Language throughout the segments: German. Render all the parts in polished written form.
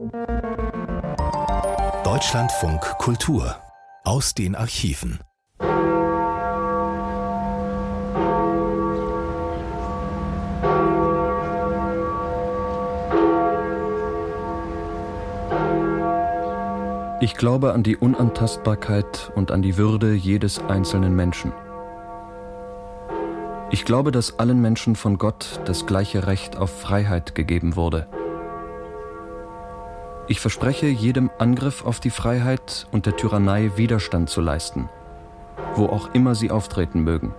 Deutschlandfunk Kultur aus den Archiven. Ich glaube an die Unantastbarkeit und an die Würde jedes einzelnen Menschen. Ich glaube, dass allen Menschen von Gott das gleiche Recht auf Freiheit gegeben wurde. Ich verspreche, jedem Angriff auf die Freiheit und der Tyrannei Widerstand zu leisten, wo auch immer sie auftreten mögen.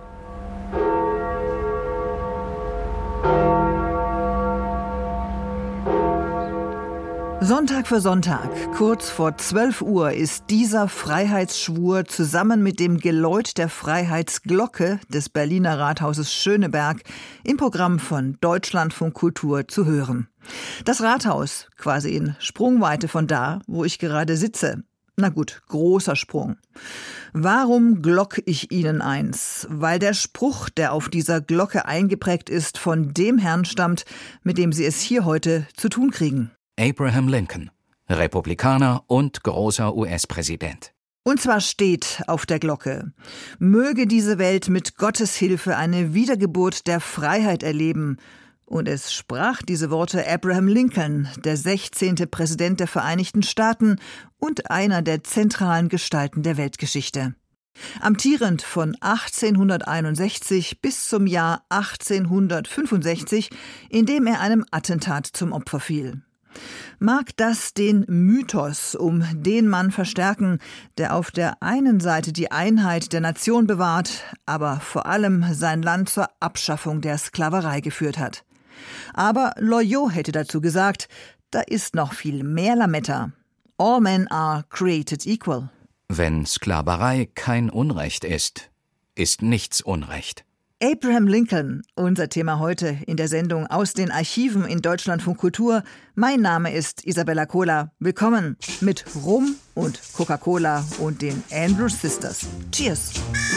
Sonntag für Sonntag, kurz vor 12 Uhr, ist dieser Freiheitsschwur zusammen mit dem Geläut der Freiheitsglocke des Berliner Rathauses Schöneberg im Programm von Deutschlandfunk Kultur zu hören. Das Rathaus, quasi in Sprungweite von da, wo ich gerade sitze. Na gut, großer Sprung. Warum glock ich Ihnen eins? Weil der Spruch, der auf dieser Glocke eingeprägt ist, von dem Herrn stammt, mit dem Sie es hier heute zu tun kriegen. Abraham Lincoln, Republikaner und großer US-Präsident. Und zwar steht auf der Glocke: Möge diese Welt mit Gottes Hilfe eine Wiedergeburt der Freiheit erleben. Und es sprach diese Worte Abraham Lincoln, der 16. Präsident der Vereinigten Staaten und einer der zentralen Gestalten der Weltgeschichte. Amtierend von 1861 bis zum Jahr 1865, in dem er einem Attentat zum Opfer fiel. Mag das den Mythos um den Mann verstärken, der auf der einen Seite die Einheit der Nation bewahrt, aber vor allem sein Land zur Abschaffung der Sklaverei geführt hat. Aber Loyot hätte dazu gesagt, da ist noch viel mehr Lametta. All men are created equal. Wenn Sklaverei kein Unrecht ist, ist nichts Unrecht. Abraham Lincoln, unser Thema heute in der Sendung aus den Archiven in Deutschlandfunk Kultur. Mein Name ist Isabella Kohler. Willkommen mit Rum und Coca-Cola und den Andrews Sisters. Cheers!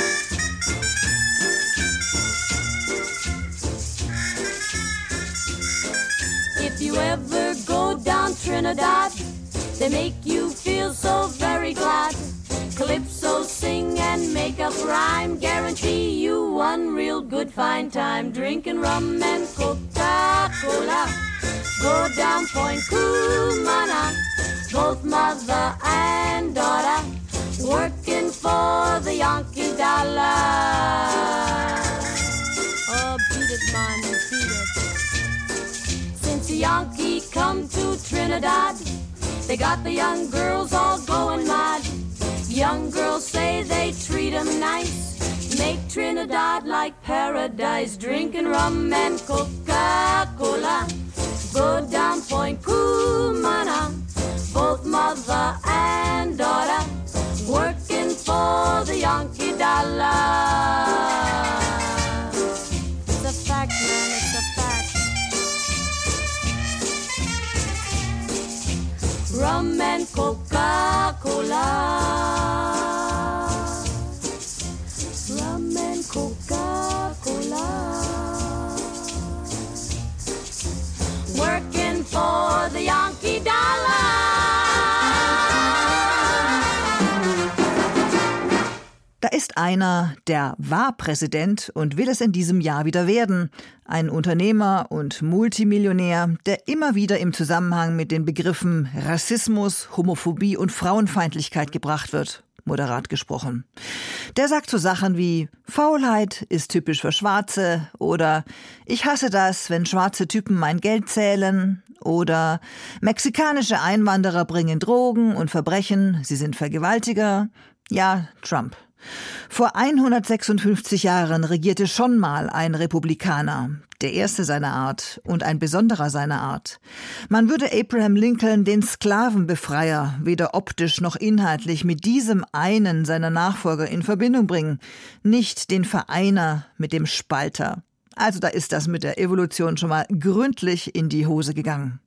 If you ever go down Trinidad, they make you feel so very glad. Calypso sing and make up rhyme, guarantee you one real good fine time. Drinking rum and Coca-Cola, go down Point Cumana, both mother and daughter, working for the Yankee dollar. Oh, beat it, man, beat it. Since the Yankee come to Trinidad, they got the young girls all going mad. Young girls say they treat 'em nice, make Trinidad like paradise. Drinking rum and Coca-Cola, go down Point Cumana, both mother and daughter, working for the Yankee dollar. It's a fact, man, it's a fact. Rum and Coca-Cola. Working for the Yankee dollar. Da ist einer, der war Präsident und will es in diesem Jahr wieder werden. Ein Unternehmer und Multimillionär, der immer wieder im Zusammenhang mit den Begriffen Rassismus, Homophobie und Frauenfeindlichkeit gebracht wird. Moderat gesprochen. Der sagt so Sachen wie: Faulheit ist typisch für Schwarze oder ich hasse das, wenn schwarze Typen mein Geld zählen oder mexikanische Einwanderer bringen Drogen und Verbrechen, sie sind Vergewaltiger. Ja, Trump. Vor 156 Jahren regierte schon mal ein Republikaner, der erste seiner Art und ein besonderer seiner Art. Man würde Abraham Lincoln, den Sklavenbefreier, weder optisch noch inhaltlich mit diesem einen seiner Nachfolger in Verbindung bringen, nicht den Vereiner mit dem Spalter. Also da ist das mit der Evolution schon mal gründlich in die Hose gegangen.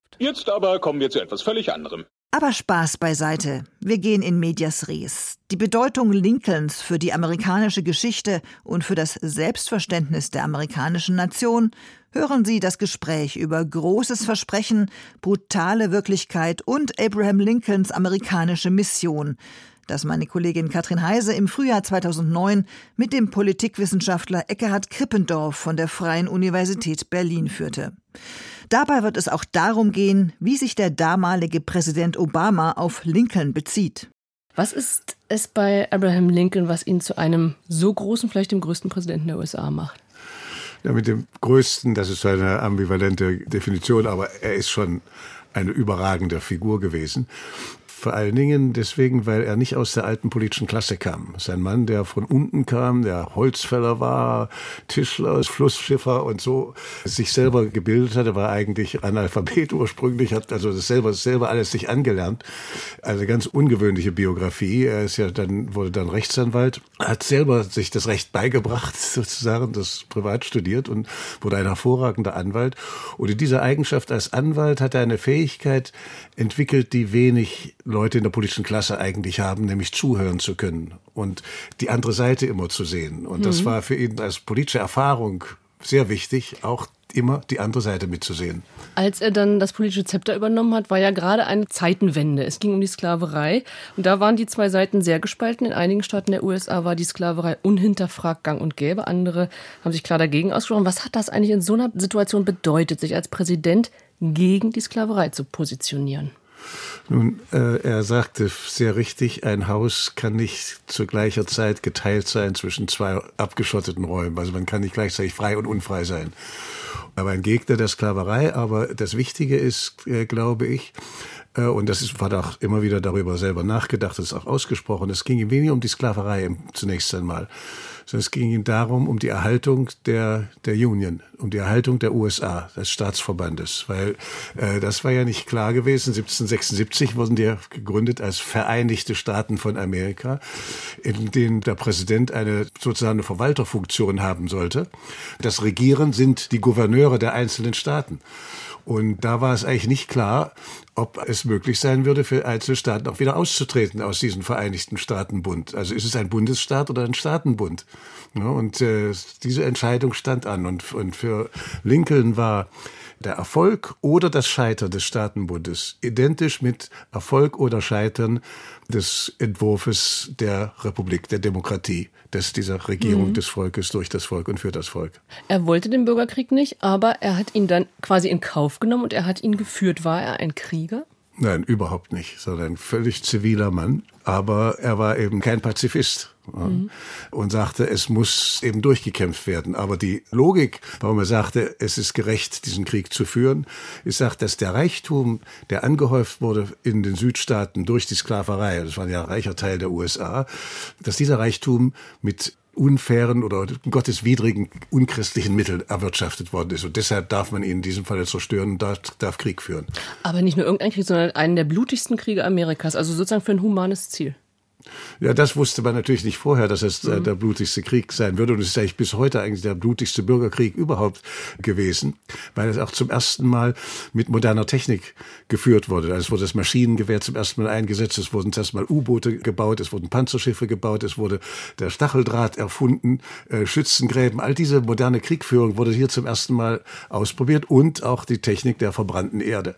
Jetzt aber kommen wir zu etwas völlig anderem. Aber Spaß beiseite. Wir gehen in medias res. Die Bedeutung Lincolns für die amerikanische Geschichte und für das Selbstverständnis der amerikanischen Nation. Hören Sie das Gespräch über großes Versprechen, brutale Wirklichkeit und Abraham Lincolns amerikanische Mission, das meine Kollegin Katrin Heise im Frühjahr 2009 mit dem Politikwissenschaftler Ekkehard Krippendorff von der Freien Universität Berlin führte. Dabei wird es auch darum gehen, wie sich der damalige Präsident Obama auf Lincoln bezieht. Was ist es bei Abraham Lincoln, was ihn zu einem so großen, vielleicht dem größten Präsidenten der USA macht? Ja, mit dem größten, das ist eine ambivalente Definition, aber er ist schon eine überragende Figur gewesen. Vor allen Dingen deswegen, weil er nicht aus der alten politischen Klasse kam. Das ist ein Mann, der von unten kam, der Holzfäller war, Tischler, Flussschiffer und so sich selber gebildet hat. Er war eigentlich Analphabet ursprünglich, hat also das selber alles sich angelernt. Also ganz ungewöhnliche Biografie. Er ist ja wurde dann Rechtsanwalt, hat selber sich das Recht beigebracht, sozusagen, das privat studiert und wurde ein hervorragender Anwalt. Und in dieser Eigenschaft als Anwalt hat er eine Fähigkeit entwickelt, die wenig Leute in der politischen Klasse eigentlich haben, nämlich zuhören zu können und die andere Seite immer zu sehen. Und das war für ihn als politische Erfahrung sehr wichtig, auch immer die andere Seite mitzusehen. Als er dann das politische Zepter übernommen hat, war ja gerade eine Zeitenwende. Es ging um die Sklaverei und da waren die zwei Seiten sehr gespalten. In einigen Staaten der USA war die Sklaverei unhinterfragt gang und gäbe. Andere haben sich klar dagegen ausgesprochen. Was hat das eigentlich in so einer Situation bedeutet, sich als Präsident gegen die Sklaverei zu positionieren? Nun, er sagte sehr richtig, ein Haus kann nicht zu gleicher Zeit geteilt sein zwischen zwei abgeschotteten Räumen. Also man kann nicht gleichzeitig frei und unfrei sein. Er war ein Gegner der Sklaverei, aber das Wichtige ist, glaube ich, und hat auch immer wieder darüber selber nachgedacht, das ist auch ausgesprochen, es ging ihm weniger um die Sklaverei zunächst einmal, sondern es ging ihm darum, um die Erhaltung der Union, um die Erhaltung der USA, des Staatsverbandes, weil das war ja nicht klar gewesen. 1776 wurden die gegründet als Vereinigte Staaten von Amerika, in denen der Präsident sozusagen eine Verwalterfunktion haben sollte. Das Regieren sind die Gouverneure der einzelnen Staaten. Und da war es eigentlich nicht klar, ob es möglich sein würde, für einzelne Staaten auch wieder auszutreten aus diesem Vereinigten Staatenbund. Also ist es ein Bundesstaat oder ein Staatenbund? Ja, und diese Entscheidung stand an. Und für Lincoln war der Erfolg oder das Scheitern des Staatenbundes identisch mit Erfolg oder Scheitern des Entwurfs der Republik, der Demokratie, dieser Regierung des Volkes durch das Volk und für das Volk. Er wollte den Bürgerkrieg nicht, aber er hat ihn dann quasi in Kauf genommen und er hat ihn geführt. War er ein Krieger? Nein, überhaupt nicht, sondern ein völlig ziviler Mann. Aber er war eben kein Pazifist. Und sagte, es muss eben durchgekämpft werden. Aber die Logik, warum er sagte, es ist gerecht, diesen Krieg zu führen, ist, sagt, dass der Reichtum, der angehäuft wurde in den Südstaaten durch die Sklaverei, das war ja ein reicher Teil der USA, dass dieser Reichtum mit unfairen oder gotteswidrigen, unchristlichen Mitteln erwirtschaftet worden ist. Und deshalb darf man ihn in diesem Fall zerstören und darf Krieg führen. Aber nicht nur irgendein Krieg, sondern einen der blutigsten Kriege Amerikas, also sozusagen für ein humanes Ziel. Ja, das wusste man natürlich nicht vorher, dass es der blutigste Krieg sein würde. Und es ist eigentlich bis heute eigentlich der blutigste Bürgerkrieg überhaupt gewesen, weil es auch zum ersten Mal mit moderner Technik geführt wurde. Also es wurde das Maschinengewehr zum ersten Mal eingesetzt, es wurden zuerst mal U-Boote gebaut, es wurden Panzerschiffe gebaut, es wurde der Stacheldraht erfunden, Schützengräben. All diese moderne Kriegführung wurde hier zum ersten Mal ausprobiert und auch die Technik der verbrannten Erde,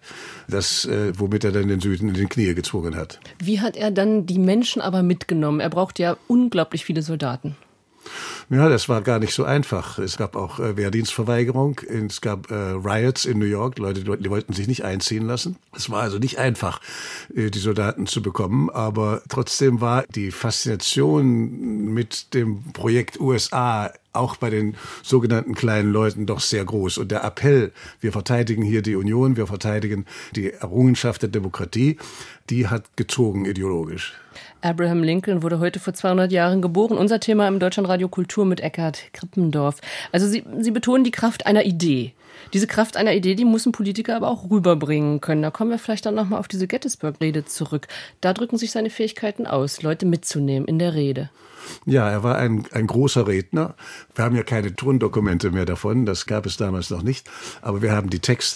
womit er dann den Süden in den Knie gezwungen hat. Wie hat er dann die Menschen aber mitgenommen? Er braucht ja unglaublich viele Soldaten. Ja, das war gar nicht so einfach. Es gab auch Wehrdienstverweigerung. Es gab Riots in New York. Leute, die wollten sich nicht einziehen lassen. Es war also nicht einfach, die Soldaten zu bekommen. Aber trotzdem war die Faszination mit dem Projekt USA auch bei den sogenannten kleinen Leuten doch sehr groß. Und der Appell, wir verteidigen hier die Union, wir verteidigen die Errungenschaft der Demokratie, die hat gezogen ideologisch. Abraham Lincoln wurde heute vor 200 Jahren geboren. Unser Thema im Deutschlandradio Kultur mit Ekkehard Krippendorff. Also Sie betonen die Kraft einer Idee. Diese Kraft einer Idee, die muss ein Politiker aber auch rüberbringen können. Da kommen wir vielleicht dann nochmal auf diese Gettysburg-Rede zurück. Da drücken sich seine Fähigkeiten aus, Leute mitzunehmen in der Rede. Ja, er war ein großer Redner. Wir haben ja keine Tondokumente mehr davon, das gab es damals noch nicht. Aber wir haben die Texte.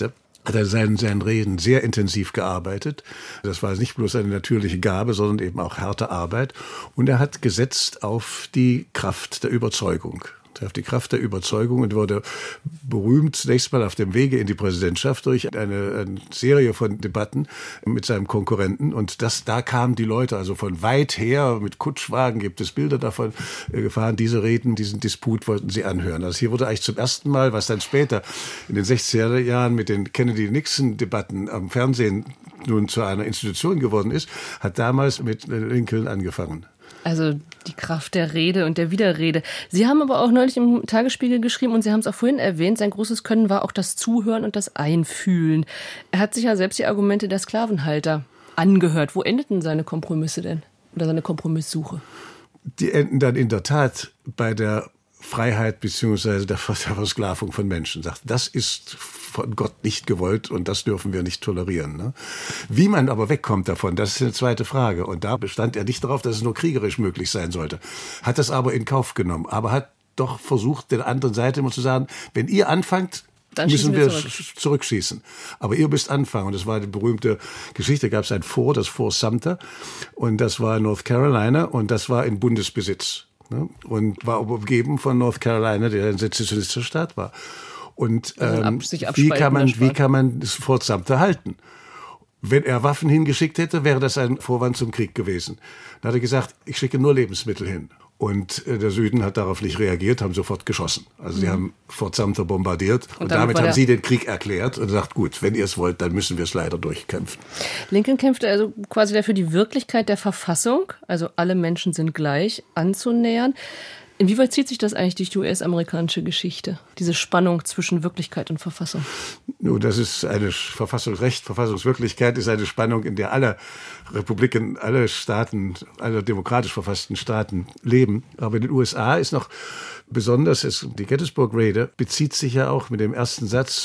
hat er seinen Reden sehr intensiv gearbeitet. Das war nicht bloß eine natürliche Gabe, sondern eben auch harte Arbeit. Und er hat gesetzt auf die Kraft der Überzeugung. Auf die Kraft der Überzeugung und wurde berühmt zunächst mal auf dem Wege in die Präsidentschaft durch eine Serie von Debatten mit seinem Konkurrenten. Und da kamen die Leute also von weit her, mit Kutschwagen gibt es Bilder davon, gefahren, diese Reden, diesen Disput wollten sie anhören. Also hier wurde eigentlich zum ersten Mal, was dann später in den 60er Jahren mit den Kennedy-Nixon-Debatten am Fernsehen nun zu einer Institution geworden ist, hat damals mit Lincoln angefangen. Also die Kraft der Rede und der Widerrede. Sie haben aber auch neulich im Tagesspiegel geschrieben und Sie haben es auch vorhin erwähnt, sein großes Können war auch das Zuhören und das Einfühlen. Er hat sich ja selbst die Argumente der Sklavenhalter angehört. Wo endeten seine Kompromisse denn? Oder seine Kompromisssuche? Die enden dann in der Tat bei der Freiheit bzw. der Versklavung von Menschen. Sagt, das ist von Gott nicht gewollt und das dürfen wir nicht tolerieren. Ne? Wie man aber wegkommt davon, das ist eine zweite Frage. Und da bestand er nicht darauf, dass es nur kriegerisch möglich sein sollte. Hat das aber in Kauf genommen. Aber hat doch versucht, der anderen Seite immer zu sagen, wenn ihr anfangt, dann müssen wir zurückschießen. Aber ihr müsst anfangen. Und das war die berühmte Geschichte. Da gab es ein Fort, das Fort Sumter. Und das war in North Carolina und das war in Bundesbesitz. Und war umgeben von North Carolina, der ein sezessionistischer Staat war. Und wie kann man das Fort Sumter halten? Wenn er Waffen hingeschickt hätte, wäre das ein Vorwand zum Krieg gewesen. Dann hat er gesagt, ich schicke nur Lebensmittel hin. Und der Süden hat darauf nicht reagiert, haben sofort geschossen. Also sie haben Fort Sumter bombardiert und damit haben sie den Krieg erklärt und gesagt, gut, wenn ihr es wollt, dann müssen wir es leider durchkämpfen. Lincoln kämpfte also quasi dafür, die Wirklichkeit der Verfassung, also alle Menschen sind gleich, anzunähern. Inwieweit zieht sich das eigentlich durch die US-amerikanische Geschichte, diese Spannung zwischen Wirklichkeit und Verfassung? Nun, das ist eine Verfassungsrecht, Verfassungswirklichkeit ist eine Spannung, in der alle Republiken, alle Staaten, alle demokratisch verfassten Staaten leben. Aber in den USA ist noch besonders, die Gettysburg-Rede bezieht sich ja auch mit dem ersten Satz,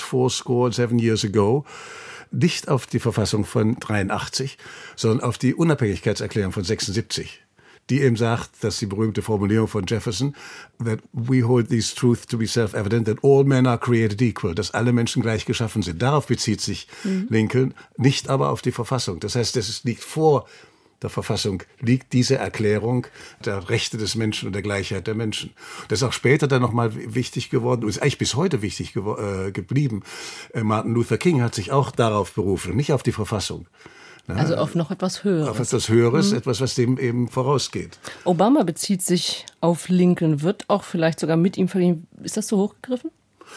7 years ago, nicht auf die Verfassung von 83, sondern auf die Unabhängigkeitserklärung von 76. Die eben sagt, dass die berühmte Formulierung von Jefferson, that we hold these truths to be self-evident, that all men are created equal, dass alle Menschen gleich geschaffen sind. Darauf bezieht sich Lincoln, nicht aber auf die Verfassung. Das heißt, liegt vor der Verfassung, liegt diese Erklärung der Rechte des Menschen und der Gleichheit der Menschen. Das ist auch später dann nochmal wichtig geworden und ist eigentlich bis heute wichtig geblieben. Martin Luther King hat sich auch darauf berufen, nicht auf die Verfassung. Also auf noch etwas Höheres. Auf etwas Höheres, etwas, was dem eben vorausgeht. Obama bezieht sich auf Lincoln, wird auch vielleicht sogar mit ihm verglichen. Ist das so hochgegriffen?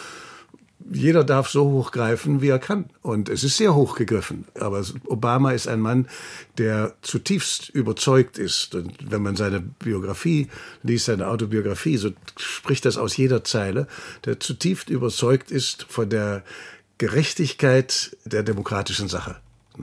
Jeder darf so hochgreifen, wie er kann. Und es ist sehr hochgegriffen. Aber Obama ist ein Mann, der zutiefst überzeugt ist. Und wenn man seine Biografie liest, seine Autobiografie, so spricht das aus jeder Zeile, der zutiefst überzeugt ist von der Gerechtigkeit der demokratischen Sache.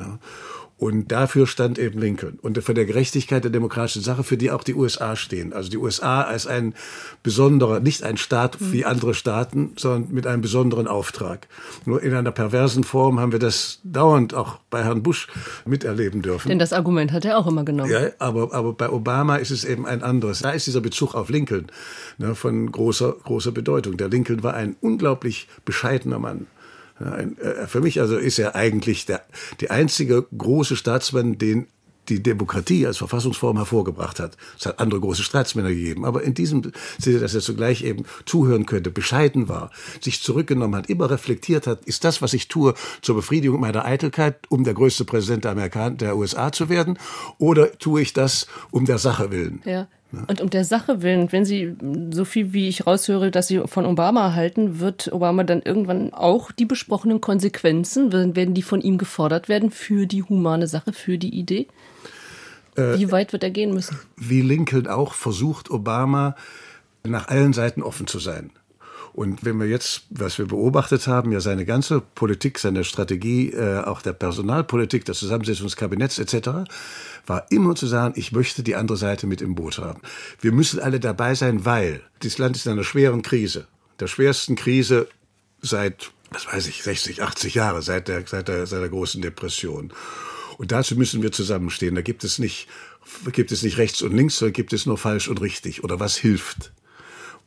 Und dafür stand eben Lincoln. Und von der Gerechtigkeit der demokratischen Sache, für die auch die USA stehen. Also die USA als ein besonderer, nicht ein Staat wie andere Staaten, sondern mit einem besonderen Auftrag. Nur in einer perversen Form haben wir das dauernd auch bei Herrn Bush miterleben dürfen. Denn das Argument hat er auch immer genommen. Ja, aber bei Obama ist es eben ein anderes. Da ist dieser Bezug auf Lincoln von großer Bedeutung. Der Lincoln war ein unglaublich bescheidener Mann. Für mich also ist er eigentlich die einzige große Staatsmann, den die Demokratie als Verfassungsform hervorgebracht hat. Es hat andere große Staatsmänner gegeben, aber in diesem Sinne, dass er zugleich eben zuhören könnte, bescheiden war, sich zurückgenommen hat, immer reflektiert hat, ist das, was ich tue, zur Befriedigung meiner Eitelkeit, um der größte Präsident der USA zu werden, oder tue ich das um der Sache willen? Ja. Und um der Sache willen, wenn Sie so viel, wie ich raushöre, dass Sie von Obama halten, wird Obama dann irgendwann auch die besprochenen Konsequenzen, werden die von ihm gefordert werden für die humane Sache, für die Idee? Wie weit wird er gehen müssen? Wie Lincoln auch versucht Obama, nach allen Seiten offen zu sein. Und wenn wir jetzt, was wir beobachtet haben, ja seine ganze Politik, seine Strategie, auch der Personalpolitik, der Zusammensetzung des Kabinetts etc., war immer zu sagen, ich möchte die andere Seite mit im Boot haben. Wir müssen alle dabei sein, weil das Land ist in einer schweren Krise. Der schwersten Krise seit, 60, 80 Jahre, seit der großen Depression. Und dazu müssen wir zusammenstehen. Da gibt es nicht rechts und links, sondern gibt es nur falsch und richtig oder was hilft.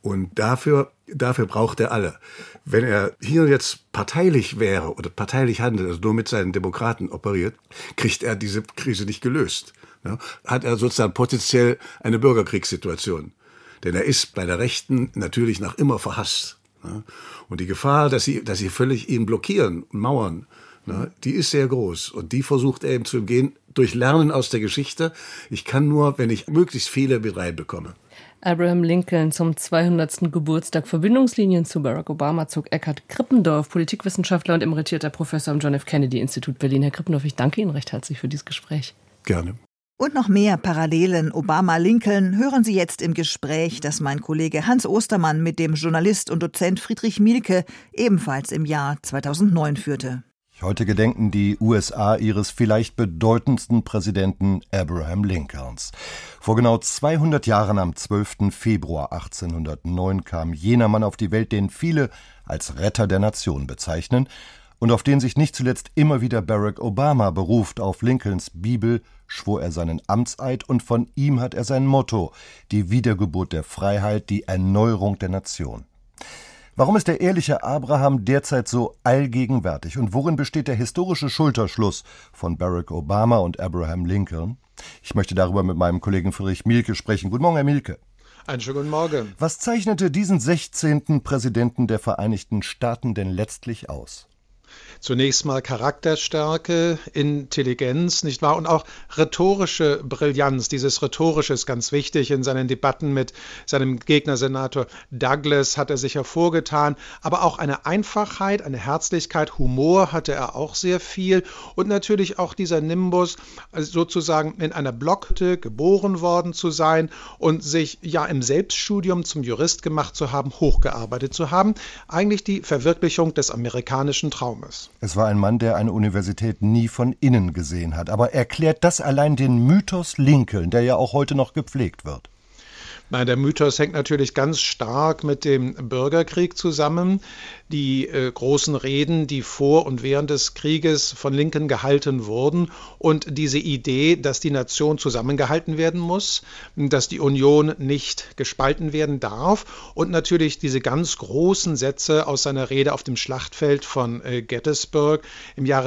Und dafür braucht er alle. Wenn er hier jetzt parteilich wäre oder parteilich handelt, also nur mit seinen Demokraten operiert, kriegt er diese Krise nicht gelöst. Ja, hat er sozusagen potenziell eine Bürgerkriegssituation. Denn er ist bei der Rechten natürlich nach immer verhasst. Ja. Und die Gefahr, dass sie völlig ihn blockieren, mauern, die ist sehr groß. Und die versucht er eben zu umgehen durch Lernen aus der Geschichte. Ich kann nur, wenn ich möglichst viele mit reinbekomme. Abraham Lincoln zum 200. Geburtstag. Verbindungslinien zu Barack Obama zog Eckhard Krippendorf, Politikwissenschaftler und emeritierter Professor am John F. Kennedy Institut Berlin. Herr Krippendorf, ich danke Ihnen recht herzlich für dieses Gespräch. Gerne. Und noch mehr Parallelen Obama-Lincoln hören Sie jetzt im Gespräch, das mein Kollege Hans Ostermann mit dem Journalist und Dozent Friedrich Mielke ebenfalls im Jahr 2009 führte. Heute gedenken die USA ihres vielleicht bedeutendsten Präsidenten Abraham Lincolns. Vor genau 200 Jahren, am 12. Februar 1809, kam jener Mann auf die Welt, den viele als Retter der Nation bezeichnen und auf den sich nicht zuletzt immer wieder Barack Obama beruft. Auf Lincolns Bibel schwor er seinen Amtseid und von ihm hat er sein Motto: die Wiedergeburt der Freiheit, die Erneuerung der Nation. Warum ist der ehrliche Abraham derzeit so allgegenwärtig und worin besteht der historische Schulterschluss von Barack Obama und Abraham Lincoln? Ich möchte darüber mit meinem Kollegen Friedrich Mielke sprechen. Guten Morgen, Herr Mielke. Einen schönen guten Morgen. Was zeichnete diesen 16. Präsidenten der Vereinigten Staaten denn letztlich aus? Zunächst mal Charakterstärke, Intelligenz, nicht wahr? Und auch rhetorische Brillanz. Dieses Rhetorische ist ganz wichtig. In seinen Debatten mit seinem Gegner Senator Douglas hat er sich hervorgetan. Aber auch eine Einfachheit, eine Herzlichkeit, Humor hatte er auch sehr viel. Und natürlich auch dieser Nimbus, sozusagen in einer Blockhütte geboren worden zu sein und sich ja im Selbststudium zum Jurist gemacht zu haben, hochgearbeitet zu haben. Eigentlich die Verwirklichung des amerikanischen Traumes. Es war ein Mann, der eine Universität nie von innen gesehen hat. Aber erklärt das allein den Mythos Lincoln, der ja auch heute noch gepflegt wird? Nein, der Mythos hängt natürlich ganz stark mit dem Bürgerkrieg zusammen. Die großen Reden, die vor und während des Krieges von Lincoln gehalten wurden und diese Idee, dass die Nation zusammengehalten werden muss, dass die Union nicht gespalten werden darf und natürlich diese ganz großen Sätze aus seiner Rede auf dem Schlachtfeld von Gettysburg im Jahre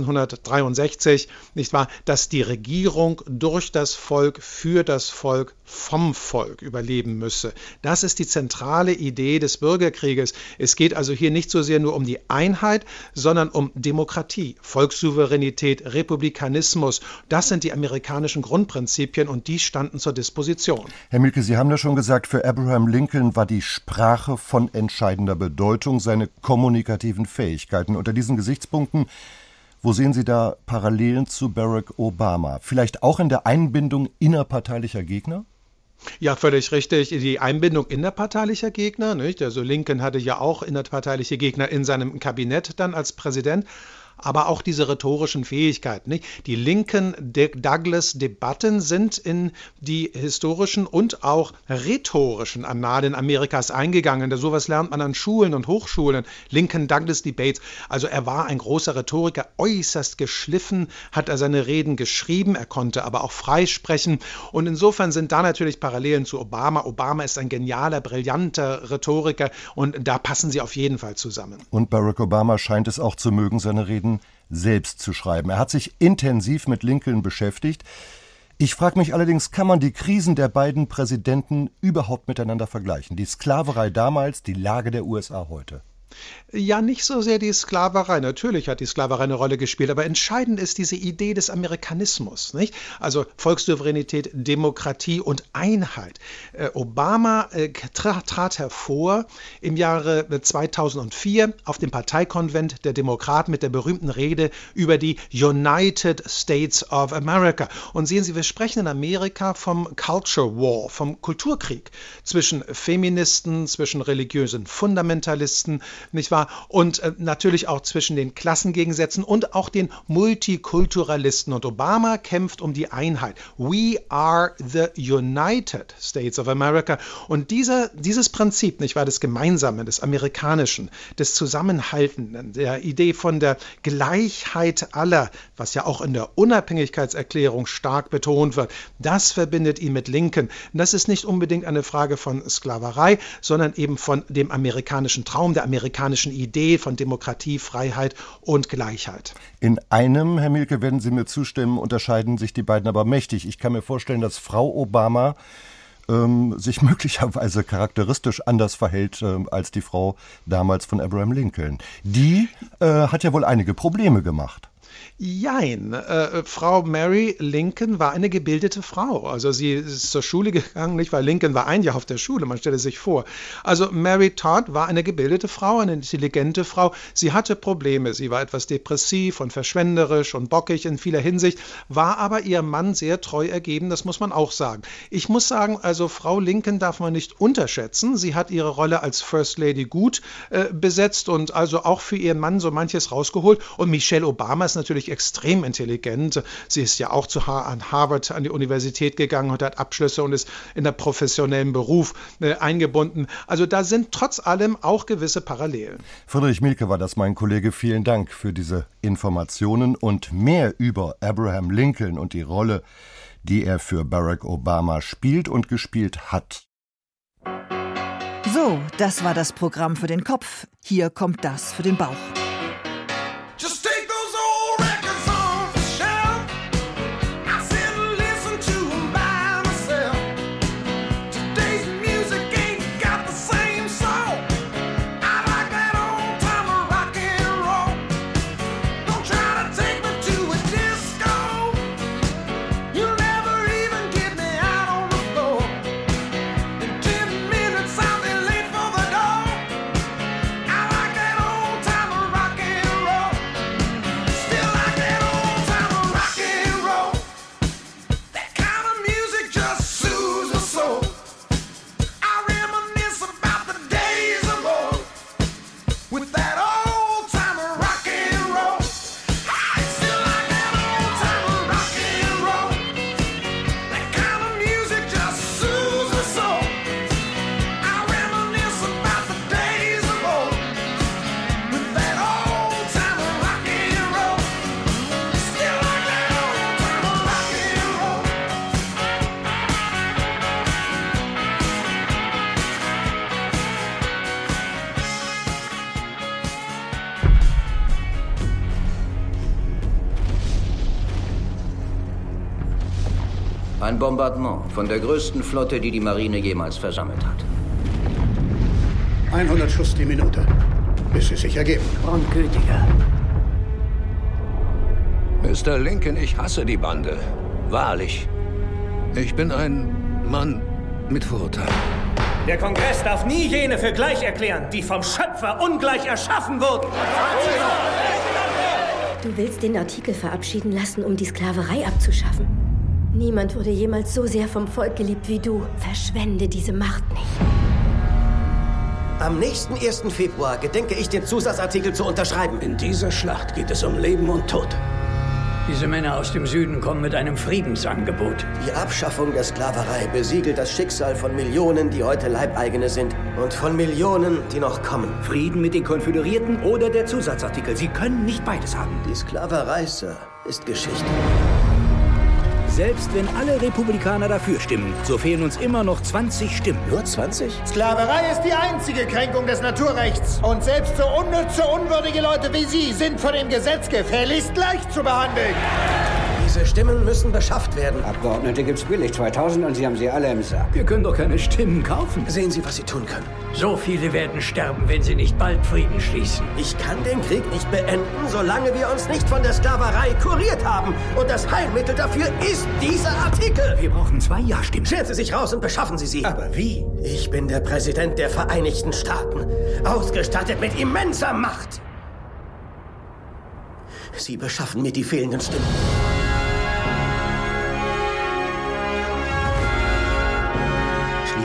1663, nicht wahr, dass die Regierung durch das Volk, für das Volk, vom Volk überleben müsse. Das ist die zentrale Idee des Bürgerkrieges. Es geht also hier nicht so sehr nur um die Einheit, sondern um Demokratie, Volkssouveränität, Republikanismus. Das sind die amerikanischen Grundprinzipien und die standen zur Disposition. Herr Mielke, Sie haben ja schon gesagt, für Abraham Lincoln war die Sprache von entscheidender Bedeutung, seine kommunikativen Fähigkeiten. Unter diesen Gesichtspunkten, wo sehen Sie da Parallelen zu Barack Obama? Vielleicht auch in der Einbindung innerparteilicher Gegner? Ja, völlig richtig. Die Einbindung innerparteilicher Gegner, nicht? Also Lincoln hatte ja auch innerparteiliche Gegner in seinem Kabinett dann als Präsident. Aber auch diese rhetorischen Fähigkeiten. Nicht? Die Lincoln-Douglas-Debatten sind in die historischen und auch rhetorischen Annalen Amerikas eingegangen. Sowas lernt man an Schulen und Hochschulen. Lincoln-Douglas-Debates. Also er war ein großer Rhetoriker, äußerst geschliffen, hat er seine Reden geschrieben. Er konnte aber auch freisprechen. Und insofern sind da natürlich Parallelen zu Obama. Obama ist ein genialer, brillanter Rhetoriker und da passen sie auf jeden Fall zusammen. Und Barack Obama scheint es auch zu mögen, seine Reden selbst zu schreiben. Er hat sich intensiv mit Lincoln beschäftigt. Ich frage mich allerdings, kann man die Krisen der beiden Präsidenten überhaupt miteinander vergleichen? Die Sklaverei damals, die Lage der USA heute. Ja, nicht so sehr die Sklaverei. Natürlich hat die Sklaverei eine Rolle gespielt, aber entscheidend ist diese Idee des Amerikanismus, nicht? Also Volkssouveränität, Demokratie und Einheit. Obama trat hervor im Jahre 2004 auf dem Parteikonvent der Demokraten mit der berühmten Rede über die United States of America. Und sehen Sie, wir sprechen in Amerika vom Culture War, vom Kulturkrieg zwischen Feministen, zwischen religiösen Fundamentalisten, nicht wahr? Und natürlich auch zwischen den Klassengegensätzen und auch den Multikulturalisten. Und Obama kämpft um die Einheit. We are the United States of America. Und dieses Prinzip, nicht wahr, des Gemeinsamen, des Amerikanischen, des Zusammenhaltenden, der Idee von der Gleichheit aller, was ja auch in der Unabhängigkeitserklärung stark betont wird, das verbindet ihn mit Lincoln. Und das ist nicht unbedingt eine Frage von Sklaverei, sondern eben von dem amerikanischen Traum, der amerikanischen Idee von Demokratie, Freiheit und Gleichheit. In einem, Herr Mielke, werden Sie mir zustimmen, unterscheiden sich die beiden aber mächtig. Ich kann mir vorstellen, dass Frau Obama sich möglicherweise charakteristisch anders verhält als die Frau damals von Abraham Lincoln. Die hat ja wohl einige Probleme gemacht. Jein. Frau Mary Lincoln war eine gebildete Frau. Also sie ist zur Schule gegangen, nicht, weil Lincoln war ein Jahr auf der Schule, man stelle sich vor. Also Mary Todd war eine gebildete Frau, eine intelligente Frau. Sie hatte Probleme. Sie war etwas depressiv und verschwenderisch und bockig in vieler Hinsicht, war aber ihrem Mann sehr treu ergeben, das muss man auch sagen. Ich muss sagen, also Frau Lincoln darf man nicht unterschätzen. Sie hat ihre Rolle als First Lady gut besetzt und also auch für ihren Mann so manches rausgeholt. Und Michelle Obama ist natürlich extrem intelligent. Sie ist ja auch an Harvard, an die Universität gegangen und hat Abschlüsse und ist in der professionellen Beruf eingebunden. Also da sind trotz allem auch gewisse Parallelen. Friedrich Mielke war das, mein Kollege. Vielen Dank für diese Informationen und mehr über Abraham Lincoln und die Rolle, die er für Barack Obama spielt und gespielt hat. So, das war das Programm für den Kopf. Hier kommt das für den Bauch. Ein Bombardement von der größten Flotte, die die Marine jemals versammelt hat. 100 Schuss die Minute, bis sie sich ergeben. Und gütiger. Mr. Lincoln, ich hasse die Bande. Wahrlich. Ich bin ein Mann mit Vorurteilen. Der Kongress darf nie jene für gleich erklären, die vom Schöpfer ungleich erschaffen wurden. Du willst den Artikel verabschieden lassen, um die Sklaverei abzuschaffen. Niemand wurde jemals so sehr vom Volk geliebt wie du. Verschwende diese Macht nicht. Am nächsten 1. Februar gedenke ich, den Zusatzartikel zu unterschreiben. In dieser Schlacht geht es um Leben und Tod. Diese Männer aus dem Süden kommen mit einem Friedensangebot. Die Abschaffung der Sklaverei besiegelt das Schicksal von Millionen, die heute Leibeigene sind. Und von Millionen, die noch kommen. Frieden mit den Konföderierten oder der Zusatzartikel. Sie können nicht beides haben. Die Sklaverei, Sir, ist Geschichte. Selbst wenn alle Republikaner dafür stimmen, so fehlen uns immer noch 20 Stimmen. Nur 20? Sklaverei ist die einzige Kränkung des Naturrechts. Und selbst so unnütze, unwürdige Leute wie Sie sind von dem Gesetz gefälligst leicht zu behandeln. Diese Stimmen müssen beschafft werden. Abgeordnete gibt's billig, 2000, und Sie haben sie alle im Sack. Wir können doch keine Stimmen kaufen. Sehen Sie, was Sie tun können. So viele werden sterben, wenn Sie nicht bald Frieden schließen. Ich kann den Krieg nicht beenden, solange wir uns nicht von der Sklaverei kuriert haben. Und das Heilmittel dafür ist dieser Artikel. Wir brauchen 2 Ja-Stimmen. Scheren Sie sich raus und beschaffen Sie sie. Aber wie? Ich bin der Präsident der Vereinigten Staaten, ausgestattet mit immenser Macht. Sie beschaffen mir die fehlenden Stimmen.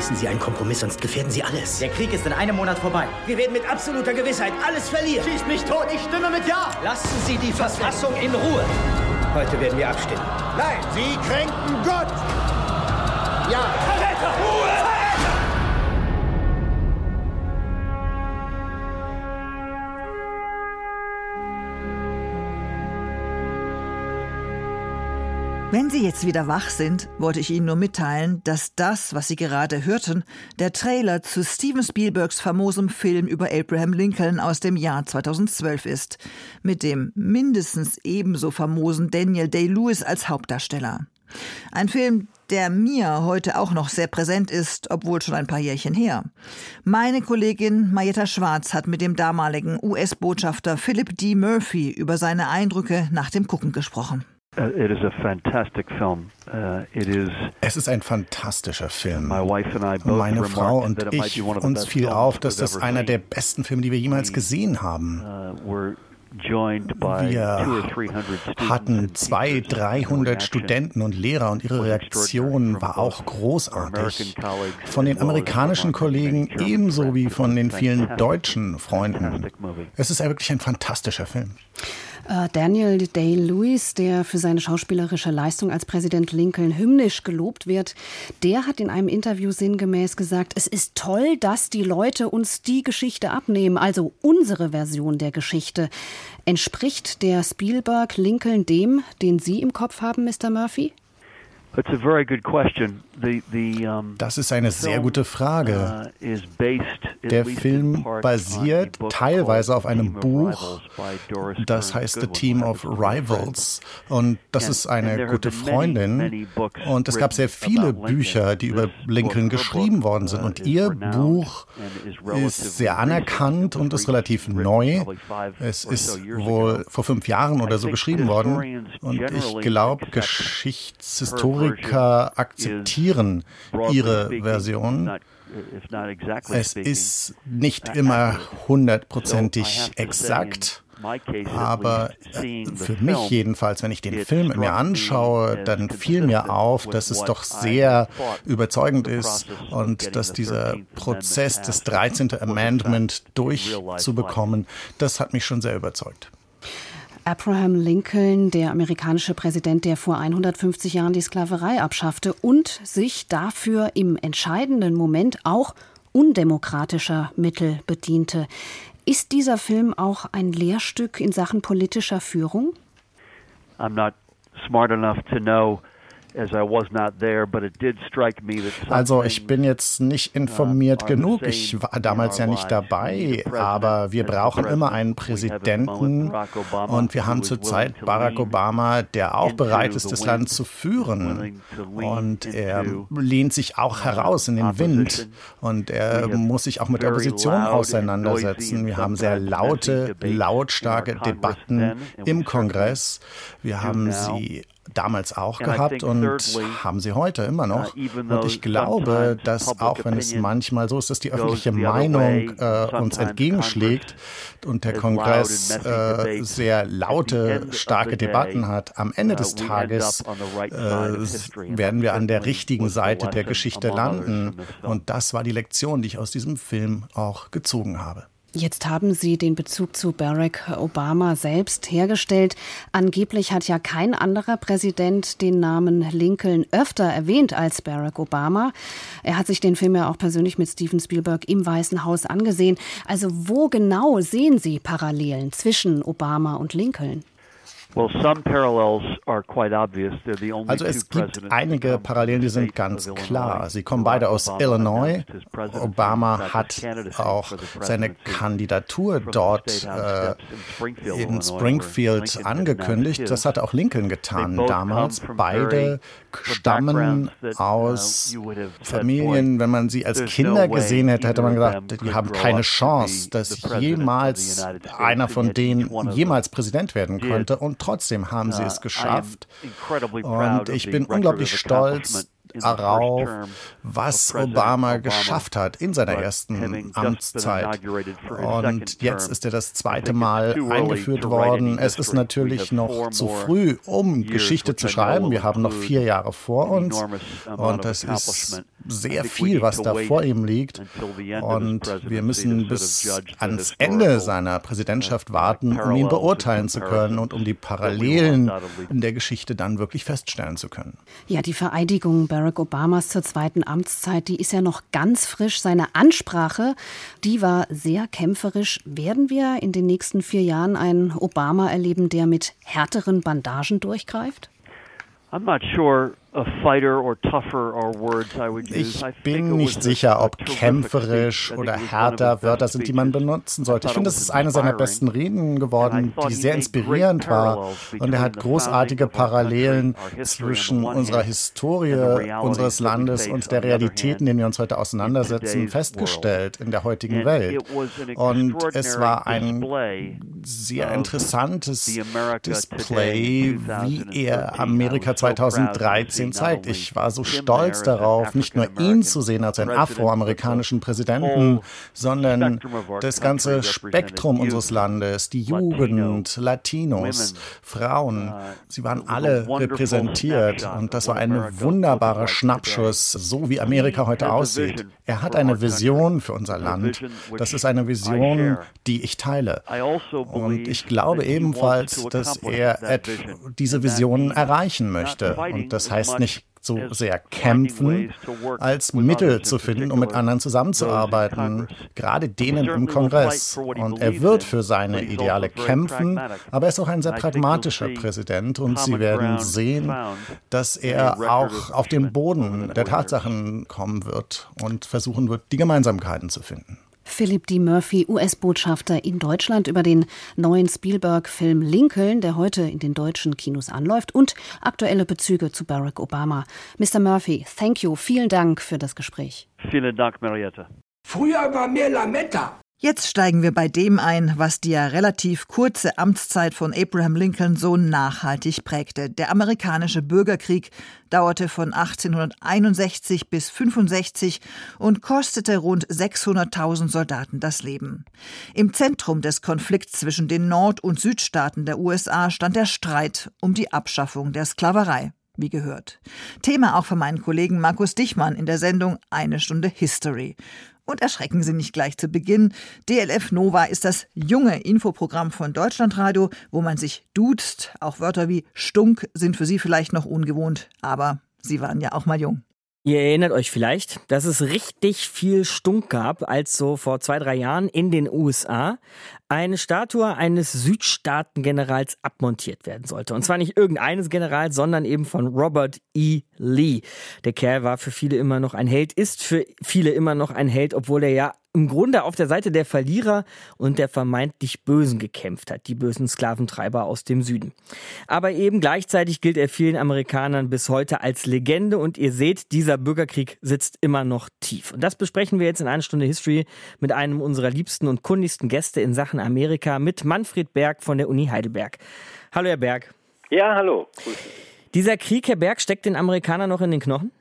Schließen Sie einen Kompromiss, sonst gefährden Sie alles. Der Krieg ist in einem Monat vorbei. Wir werden mit absoluter Gewissheit alles verlieren. Schießt mich tot, ich stimme mit Ja! Lassen Sie die Verfassung in Ruhe. Heute werden wir abstimmen. Nein, Sie kränken Gott! Ja! Verräter! Ruhe! Wenn Sie jetzt wieder wach sind, wollte ich Ihnen nur mitteilen, dass das, was Sie gerade hörten, der Trailer zu Steven Spielbergs famosem Film über Abraham Lincoln aus dem Jahr 2012 ist, mit dem mindestens ebenso famosen Daniel Day-Lewis als Hauptdarsteller. Ein Film, der mir heute auch noch sehr präsent ist, obwohl schon ein paar Jährchen her. Meine Kollegin Marietta Schwarz hat mit dem damaligen US-Botschafter Philip D. Murphy über seine Eindrücke nach dem Gucken gesprochen. Es ist ein fantastischer Film. Meine Frau und ich, uns fiel auf, dass das einer der besten Filme, die wir jemals gesehen haben. Wir hatten 200-300 Studenten und Lehrer und ihre Reaktion war auch großartig. Von den amerikanischen Kollegen ebenso wie von den vielen deutschen Freunden. Es ist wirklich ein fantastischer Film. Daniel Day-Lewis, der für seine schauspielerische Leistung als Präsident Lincoln hymnisch gelobt wird, der hat in einem Interview sinngemäß gesagt, es ist toll, dass die Leute uns die Geschichte abnehmen, also unsere Version der Geschichte. Entspricht der Spielberg Lincoln dem, den Sie im Kopf haben, Mr. Murphy? Das ist eine sehr gute Frage. Der Film basiert teilweise auf einem Buch, das heißt The Team of Rivals. Und das ist eine gute Freundin. Und es gab sehr viele Bücher, die über Lincoln geschrieben worden sind. Und ihr Buch ist sehr anerkannt und ist relativ neu. Es ist wohl vor 5 Jahren oder so geschrieben worden. Und ich glaube, Geschichtshistoriker akzeptieren ihre Version. Es ist nicht immer 100%ig exakt, aber für mich jedenfalls, wenn ich den Film mir anschaue, dann fiel mir auf, dass es doch sehr überzeugend ist und dass dieser Prozess des 13. Amendment durchzubekommen, das hat mich schon sehr überzeugt. Abraham Lincoln, der amerikanische Präsident, der vor 150 Jahren die Sklaverei abschaffte und sich dafür im entscheidenden Moment auch undemokratischer Mittel bediente. Ist dieser Film auch ein Lehrstück in Sachen politischer Führung? I'm not smart enough to know. Also ich bin jetzt nicht informiert genug, ich war damals ja nicht dabei, aber wir brauchen immer einen Präsidenten und wir haben zurzeit Barack Obama, der auch bereit ist, das Land zu führen und er lehnt sich auch heraus in den Wind und er muss sich auch mit der Opposition auseinandersetzen. Wir haben sehr lautstarke Debatten im Kongress, wir haben sie damals auch gehabt und haben sie heute immer noch. Und ich glaube, dass auch wenn es manchmal so ist, dass die öffentliche Meinung uns entgegenschlägt und der Kongress sehr laute, starke Debatten hat, am Ende des Tages werden wir an der richtigen Seite der Geschichte landen. Und das war die Lektion, die ich aus diesem Film auch gezogen habe. Jetzt haben Sie den Bezug zu Barack Obama selbst hergestellt. Angeblich hat ja kein anderer Präsident den Namen Lincoln öfter erwähnt als Barack Obama. Er hat sich den Film ja auch persönlich mit Steven Spielberg im Weißen Haus angesehen. Also wo genau sehen Sie Parallelen zwischen Obama und Lincoln? Also es gibt einige Parallelen, die sind ganz klar. Sie kommen beide aus Illinois. Obama hat auch seine Kandidatur dort in Springfield angekündigt. Das hat auch Lincoln getan damals. Beide stammen aus Familien, wenn man sie als Kinder gesehen hätte, hätte man gesagt, die haben keine Chance, dass jemals einer von denen jemals Präsident werden könnte. Und trotzdem haben sie es geschafft. Und ich bin unglaublich stolz, darauf, was Obama geschafft hat in seiner ersten Amtszeit. Und jetzt ist er das zweite Mal eingeführt worden. Es ist natürlich noch zu früh, um Geschichte zu schreiben. Wir haben noch 4 Jahre vor uns. Und das ist sehr viel, was da vor ihm liegt. Und wir müssen bis ans Ende seiner Präsidentschaft warten, um ihn beurteilen zu können und um die Parallelen in der Geschichte dann wirklich feststellen zu können. Ja, die Vereidigung Barack Obamas zur zweiten Amtszeit, die ist ja noch ganz frisch. Seine Ansprache, die war sehr kämpferisch. Werden wir in den nächsten 4 Jahren einen Obama erleben, der mit härteren Bandagen durchgreift? I'm not sure Ich bin nicht sicher, ob kämpferisch oder härter Wörter sind, die man benutzen sollte. Ich finde, es ist eine seiner besten Reden geworden, die sehr inspirierend war. Und er hat großartige Parallelen zwischen unserer Historie unseres Landes und der Realität, in denen wir uns heute auseinandersetzen, festgestellt in der heutigen Welt. Und es war ein sehr interessantes Display, wie er Amerika 2013 zeigt. Ich war so stolz darauf, nicht nur ihn zu sehen als einen afroamerikanischen Präsidenten, sondern das ganze Spektrum unseres Landes, die Jugend, Latinos, Frauen, sie waren alle repräsentiert und das war ein wunderbarer Schnappschuss, so wie Amerika heute aussieht. Er hat eine Vision für unser Land. Das ist eine Vision, die ich teile. Und ich glaube ebenfalls, dass er diese Vision erreichen möchte. Und das heißt nicht so sehr kämpfen, als Mittel zu finden, um mit anderen zusammenzuarbeiten, gerade denen im Kongress. Und er wird für seine Ideale kämpfen, aber er ist auch ein sehr pragmatischer Präsident und Sie werden sehen, dass er auch auf den Boden der Tatsachen kommen wird und versuchen wird, die Gemeinsamkeiten zu finden. Philip D. Murphy, US-Botschafter in Deutschland, über den neuen Spielberg-Film Lincoln, der heute in den deutschen Kinos anläuft, und aktuelle Bezüge zu Barack Obama. Mr. Murphy, thank you. Vielen Dank für das Gespräch. Vielen Dank, Mariette. Früher war mehr Lametta. Jetzt steigen wir bei dem ein, was die ja relativ kurze Amtszeit von Abraham Lincoln so nachhaltig prägte. Der amerikanische Bürgerkrieg dauerte von 1861 bis 1865 und kostete rund 600.000 Soldaten das Leben. Im Zentrum des Konflikts zwischen den Nord- und Südstaaten der USA stand der Streit um die Abschaffung der Sklaverei. Wie gehört. Thema auch für meinen Kollegen Markus Dichmann in der Sendung Eine Stunde History. Und erschrecken Sie nicht gleich zu Beginn. DLF Nova ist das junge Infoprogramm von Deutschlandradio, wo man sich duzt. Auch Wörter wie Stunk sind für Sie vielleicht noch ungewohnt, aber Sie waren ja auch mal jung. Ihr erinnert euch vielleicht, dass es richtig viel Stunk gab, als so vor 2-3 Jahren in den USA eine Statue eines Südstaatengenerals abmontiert werden sollte. Und zwar nicht irgendeines Generals, sondern eben von Robert E. Lee. Der Kerl war für viele immer noch ein Held, ist für viele immer noch ein Held, obwohl er ja im Grunde auf der Seite der Verlierer und der vermeintlich Bösen gekämpft hat, die bösen Sklaventreiber aus dem Süden. Aber eben gleichzeitig gilt er vielen Amerikanern bis heute als Legende und ihr seht, dieser Bürgerkrieg sitzt immer noch tief. Und das besprechen wir jetzt in einer Stunde History mit einem unserer liebsten und kundigsten Gäste in Sachen Amerika, mit Manfred Berg von der Uni Heidelberg. Hallo, Herr Berg. Ja, hallo. Dieser Krieg, Herr Berg, steckt den Amerikanern noch in den Knochen?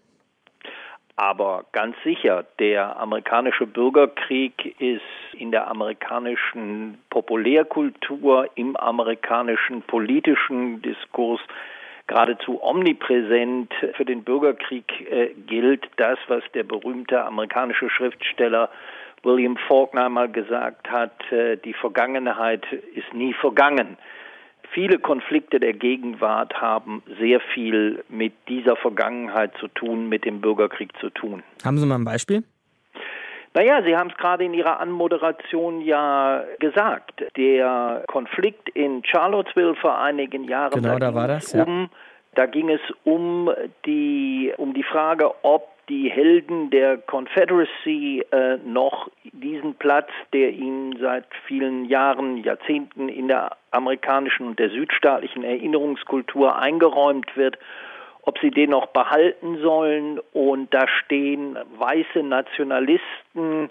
Aber ganz sicher, der amerikanische Bürgerkrieg ist in der amerikanischen Populärkultur, im amerikanischen politischen Diskurs geradezu omnipräsent. Für den Bürgerkrieg gilt das, was der berühmte amerikanische Schriftsteller William Faulkner einmal gesagt hat, die Vergangenheit ist nie vergangen. Viele Konflikte der Gegenwart haben sehr viel mit dieser Vergangenheit zu tun, mit dem Bürgerkrieg zu tun. Haben Sie mal ein Beispiel? Naja, Sie haben es gerade in Ihrer Anmoderation ja gesagt. Der Konflikt in Charlottesville vor einigen Jahren, genau, da war das, ja. Da ging es um die Frage, ob die Helden der Confederacy noch diesen Platz, der ihnen seit vielen Jahren, Jahrzehnten in der amerikanischen und der südstaatlichen Erinnerungskultur eingeräumt wird, ob sie den noch behalten sollen. Und da stehen weiße Nationalisten,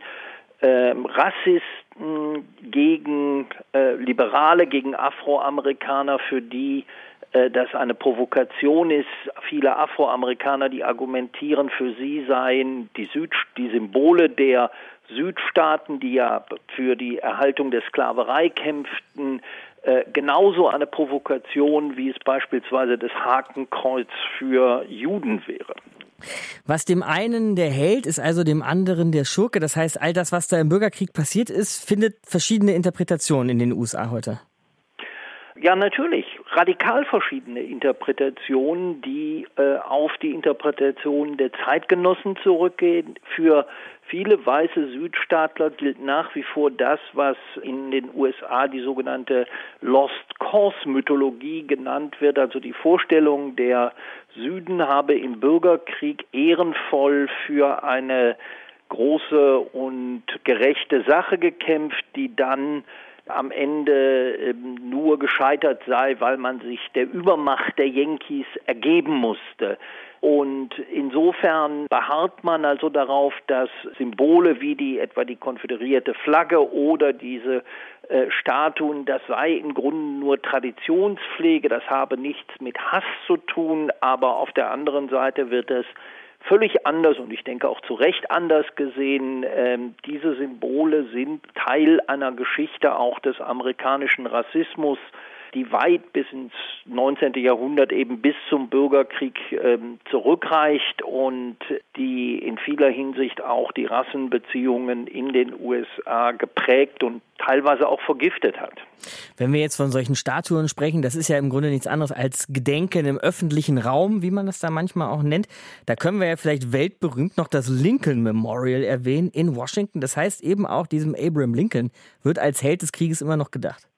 Rassisten gegen Liberale, gegen Afroamerikaner, für die das eine Provokation ist. Viele Afroamerikaner, die argumentieren, für sie seien die Symbole der Südstaaten, die ja für die Erhaltung der Sklaverei kämpften, genauso eine Provokation, wie es beispielsweise das Hakenkreuz für Juden wäre. Was dem einen der Held ist, also dem anderen der Schurke. Das heißt, all das, was da im Bürgerkrieg passiert ist, findet verschiedene Interpretationen in den USA heute. Ja, natürlich. Radikal verschiedene Interpretationen, die auf die Interpretation der Zeitgenossen zurückgehen. Für viele weiße Südstaatler gilt nach wie vor das, was in den USA die sogenannte Lost Cause Mythologie genannt wird. Also die Vorstellung, der Süden habe im Bürgerkrieg ehrenvoll für eine große und gerechte Sache gekämpft, die dann am Ende nur gescheitert sei, weil man sich der Übermacht der Yankees ergeben musste. Und insofern beharrt man also darauf, dass Symbole wie etwa die konföderierte Flagge oder diese Statuen, das sei im Grunde nur Traditionspflege, das habe nichts mit Hass zu tun, aber auf der anderen Seite wird es völlig anders und ich denke auch zu Recht anders gesehen. Diese Symbole sind Teil einer Geschichte auch des amerikanischen Rassismus, die weit bis ins 19. Jahrhundert eben bis zum Bürgerkrieg zurückreicht und die in vieler Hinsicht auch die Rassenbeziehungen in den USA geprägt und teilweise auch vergiftet hat. Wenn wir jetzt von solchen Statuen sprechen, das ist ja im Grunde nichts anderes als Gedenken im öffentlichen Raum, wie man das da manchmal auch nennt. Da können wir ja vielleicht weltberühmt noch das Lincoln Memorial erwähnen in Washington. Das heißt eben auch, diesem Abraham Lincoln wird als Held des Krieges immer noch gedacht.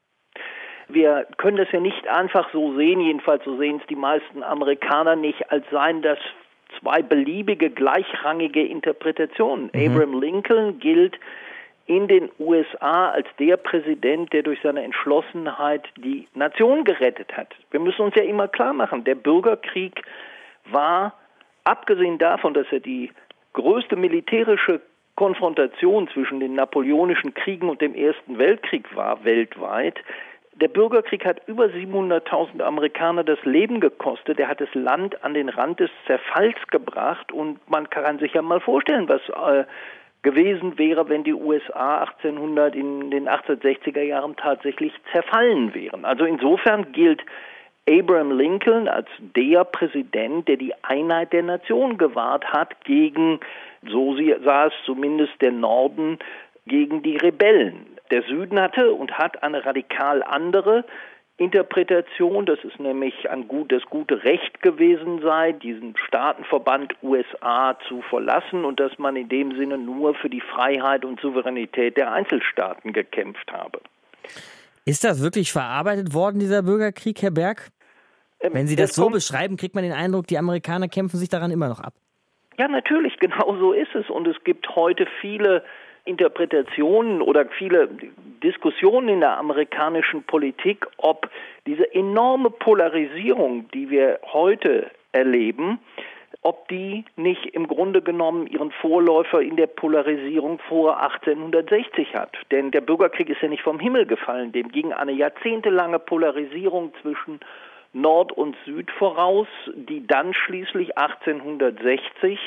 Wir können das ja nicht einfach so sehen, jedenfalls so sehen es die meisten Amerikaner nicht, als seien das zwei beliebige, gleichrangige Interpretationen. Abraham Lincoln gilt in den USA als der Präsident, der durch seine Entschlossenheit die Nation gerettet hat. Wir müssen uns ja immer klar machen, der Bürgerkrieg war, abgesehen davon, dass er die größte militärische Konfrontation zwischen den napoleonischen Kriegen und dem Ersten Weltkrieg war weltweit. Der Bürgerkrieg hat über 700.000 Amerikaner das Leben gekostet. Er hat das Land an den Rand des Zerfalls gebracht und man kann sich ja mal vorstellen, was gewesen wäre, wenn die USA in den 1860er Jahren tatsächlich zerfallen wären. Also insofern gilt Abraham Lincoln als der Präsident, der die Einheit der Nation gewahrt hat gegen, so sah es zumindest der Norden, gegen die Rebellen. Der Süden hatte und hat eine radikal andere Interpretation, dass es nämlich das gute Recht gewesen sei, diesen Staatenverband USA zu verlassen und dass man in dem Sinne nur für die Freiheit und Souveränität der Einzelstaaten gekämpft habe. Ist das wirklich verarbeitet worden, dieser Bürgerkrieg, Herr Berg? Wenn Sie das so beschreiben, kriegt man den Eindruck, die Amerikaner kämpfen sich daran immer noch ab. Ja, natürlich, genau so ist es. Und es gibt heute viele Interpretationen oder viele Diskussionen in der amerikanischen Politik, ob diese enorme Polarisierung, die wir heute erleben, ob die nicht im Grunde genommen ihren Vorläufer in der Polarisierung vor 1860 hat. Denn der Bürgerkrieg ist ja nicht vom Himmel gefallen. Dem ging eine jahrzehntelange Polarisierung zwischen Nord und Süd voraus, die dann schließlich 1860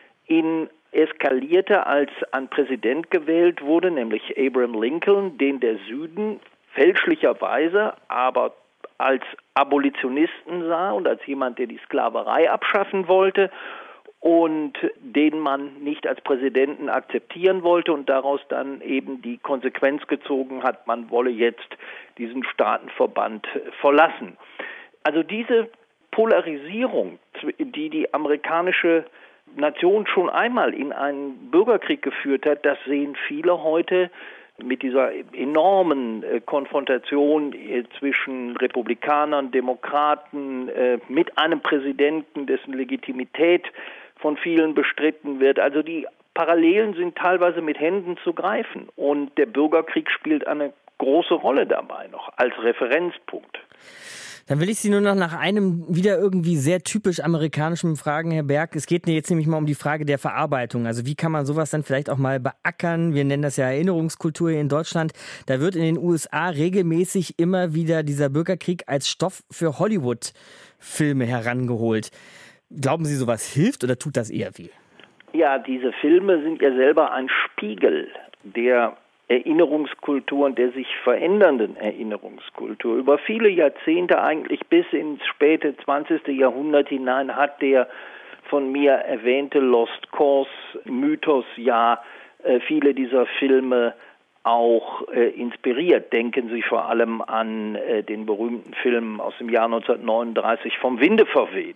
eskalierte, als ein Präsident gewählt wurde, nämlich Abraham Lincoln, den der Süden fälschlicherweise aber als Abolitionisten sah und als jemand, der die Sklaverei abschaffen wollte und den man nicht als Präsidenten akzeptieren wollte und daraus dann eben die Konsequenz gezogen hat, man wolle jetzt diesen Staatenverband verlassen. Also diese Polarisierung, die amerikanische Nation schon einmal in einen Bürgerkrieg geführt hat, das sehen viele heute mit dieser enormen Konfrontation zwischen Republikanern, Demokraten, mit einem Präsidenten, dessen Legitimität von vielen bestritten wird. Also die Parallelen sind teilweise mit Händen zu greifen und der Bürgerkrieg spielt eine große Rolle dabei noch als Referenzpunkt. Dann will ich Sie nur noch nach einem wieder irgendwie sehr typisch amerikanischen fragen, Herr Berg. Es geht jetzt nämlich mal um die Frage der Verarbeitung. Also wie kann man sowas dann vielleicht auch mal beackern? Wir nennen das ja Erinnerungskultur hier in Deutschland. Da wird in den USA regelmäßig immer wieder dieser Bürgerkrieg als Stoff für Hollywood-Filme herangeholt. Glauben Sie, sowas hilft oder tut das eher weh? Ja, diese Filme sind ja selber ein Spiegel der Erinnerungskultur und der sich verändernden Erinnerungskultur. Über viele Jahrzehnte, eigentlich bis ins späte 20. Jahrhundert hinein, hat der von mir erwähnte Lost Cause Mythos ja viele dieser Filme auch inspiriert. Denken Sie vor allem an den berühmten Film aus dem Jahr 1939 Vom Winde verweht.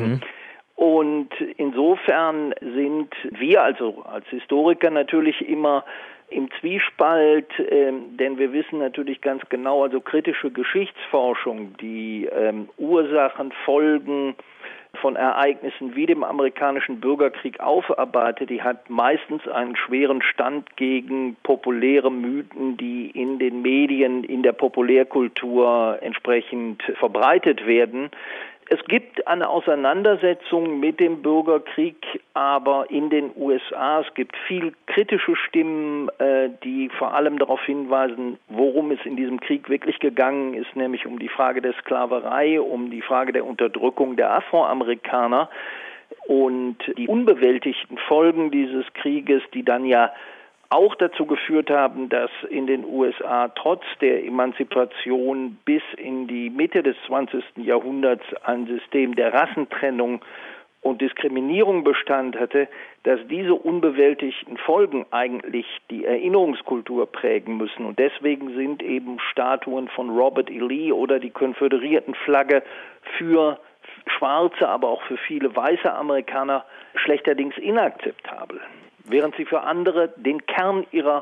Und insofern sind wir also als Historiker natürlich immer im Zwiespalt, denn wir wissen natürlich ganz genau, also kritische Geschichtsforschung, die Ursachen, Folgen von Ereignissen wie dem amerikanischen Bürgerkrieg aufarbeitet, die hat meistens einen schweren Stand gegen populäre Mythen, die in den Medien, in der Populärkultur entsprechend verbreitet werden. Es gibt eine Auseinandersetzung mit dem Bürgerkrieg, aber in den USA, es gibt viel kritische Stimmen, die vor allem darauf hinweisen, worum es in diesem Krieg wirklich gegangen ist, nämlich um die Frage der Sklaverei, um die Frage der Unterdrückung der Afroamerikaner und die unbewältigten Folgen dieses Krieges, die dann ja auch dazu geführt haben, dass in den USA trotz der Emanzipation bis in die Mitte des 20. Jahrhunderts ein System der Rassentrennung und Diskriminierung Bestand hatte, dass diese unbewältigten Folgen eigentlich die Erinnerungskultur prägen müssen. Und deswegen sind eben Statuen von Robert E. Lee oder die Konföderiertenflagge für Schwarze, aber auch für viele weiße Amerikaner schlechterdings inakzeptabel, während sie für andere den Kern ihrer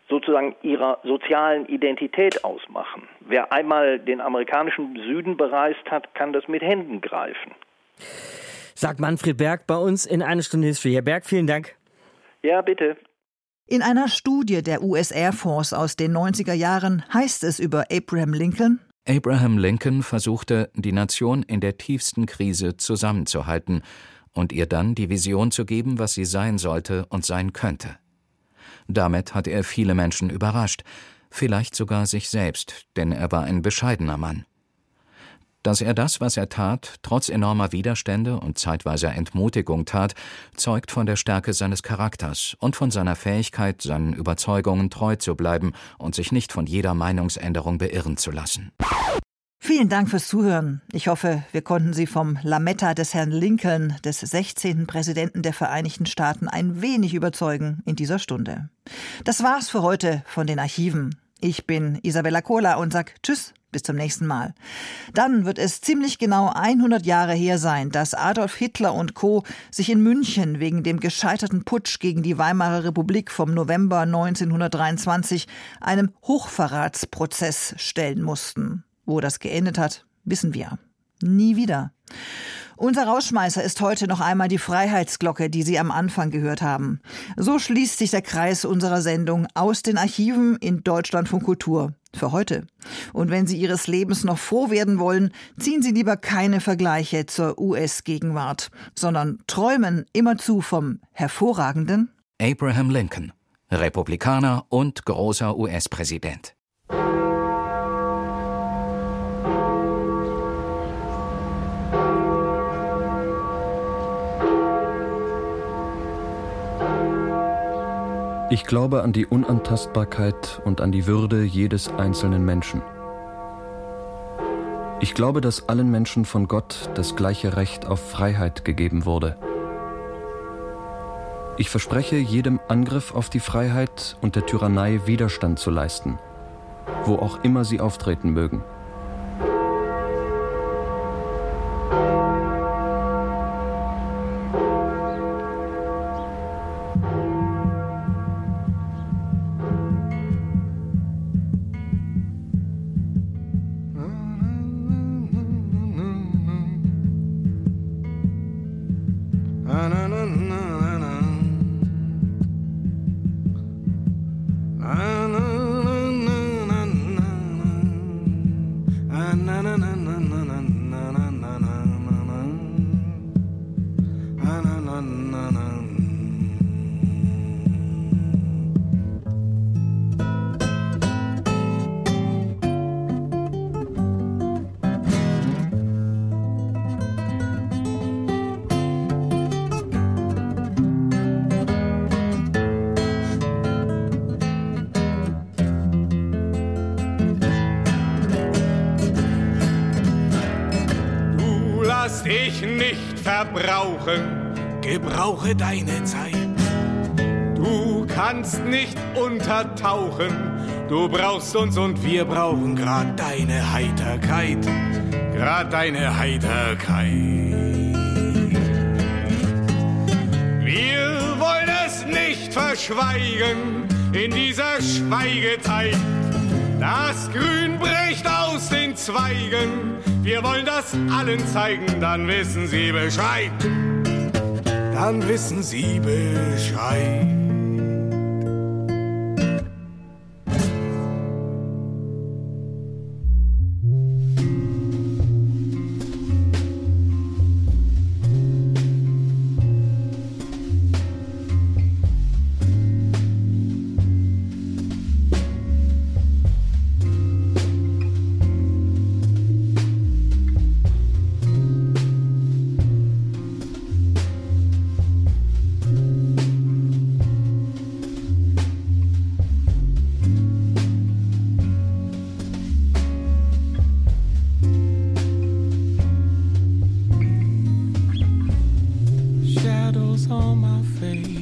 sozialen Identität ausmachen. Wer einmal den amerikanischen Süden bereist hat, kann das mit Händen greifen. Sagt Manfred Berg bei uns in Eine Stunde History. Herr Berg, vielen Dank. Ja, bitte. In einer Studie der US Air Force aus den 90er Jahren heißt es über Abraham Lincoln: Abraham Lincoln versuchte, die Nation in der tiefsten Krise zusammenzuhalten und ihr dann die Vision zu geben, was sie sein sollte und sein könnte. Damit hat er viele Menschen überrascht, vielleicht sogar sich selbst, denn er war ein bescheidener Mann. Dass er das, was er tat, trotz enormer Widerstände und zeitweiser Entmutigung tat, zeugt von der Stärke seines Charakters und von seiner Fähigkeit, seinen Überzeugungen treu zu bleiben und sich nicht von jeder Meinungsänderung beirren zu lassen. Vielen Dank fürs Zuhören. Ich hoffe, wir konnten Sie vom Lametta des Herrn Lincoln, des 16. Präsidenten der Vereinigten Staaten, ein wenig überzeugen in dieser Stunde. Das war's für heute von den Archiven. Ich bin Isabella Kohler und sag Tschüss, bis zum nächsten Mal. Dann wird es ziemlich genau 100 Jahre her sein, dass Adolf Hitler und Co. sich in München wegen dem gescheiterten Putsch gegen die Weimarer Republik vom November 1923 einem Hochverratsprozess stellen mussten. Wo das geendet hat, wissen wir. Nie wieder. Unser Rausschmeißer ist heute noch einmal die Freiheitsglocke, die Sie am Anfang gehört haben. So schließt sich der Kreis unserer Sendung aus den Archiven in Deutschlandfunk Kultur für heute. Und wenn Sie Ihres Lebens noch froh werden wollen, ziehen Sie lieber keine Vergleiche zur US-Gegenwart, sondern träumen immerzu vom hervorragenden Abraham Lincoln, Republikaner und großer US-Präsident. Ich glaube an die Unantastbarkeit und an die Würde jedes einzelnen Menschen. Ich glaube, dass allen Menschen von Gott das gleiche Recht auf Freiheit gegeben wurde. Ich verspreche, jedem Angriff auf die Freiheit und der Tyrannei Widerstand zu leisten, wo auch immer sie auftreten mögen. brauchen, gebrauche deine Zeit. Du kannst nicht untertauchen, du brauchst uns und wir brauchen grad deine Heiterkeit, grad deine Heiterkeit. Wir wollen es nicht verschweigen in dieser Schweigezeit. Das Grün bricht aus den Zweigen, wir wollen das allen zeigen, dann wissen sie Bescheid, dann wissen sie Bescheid. On my face,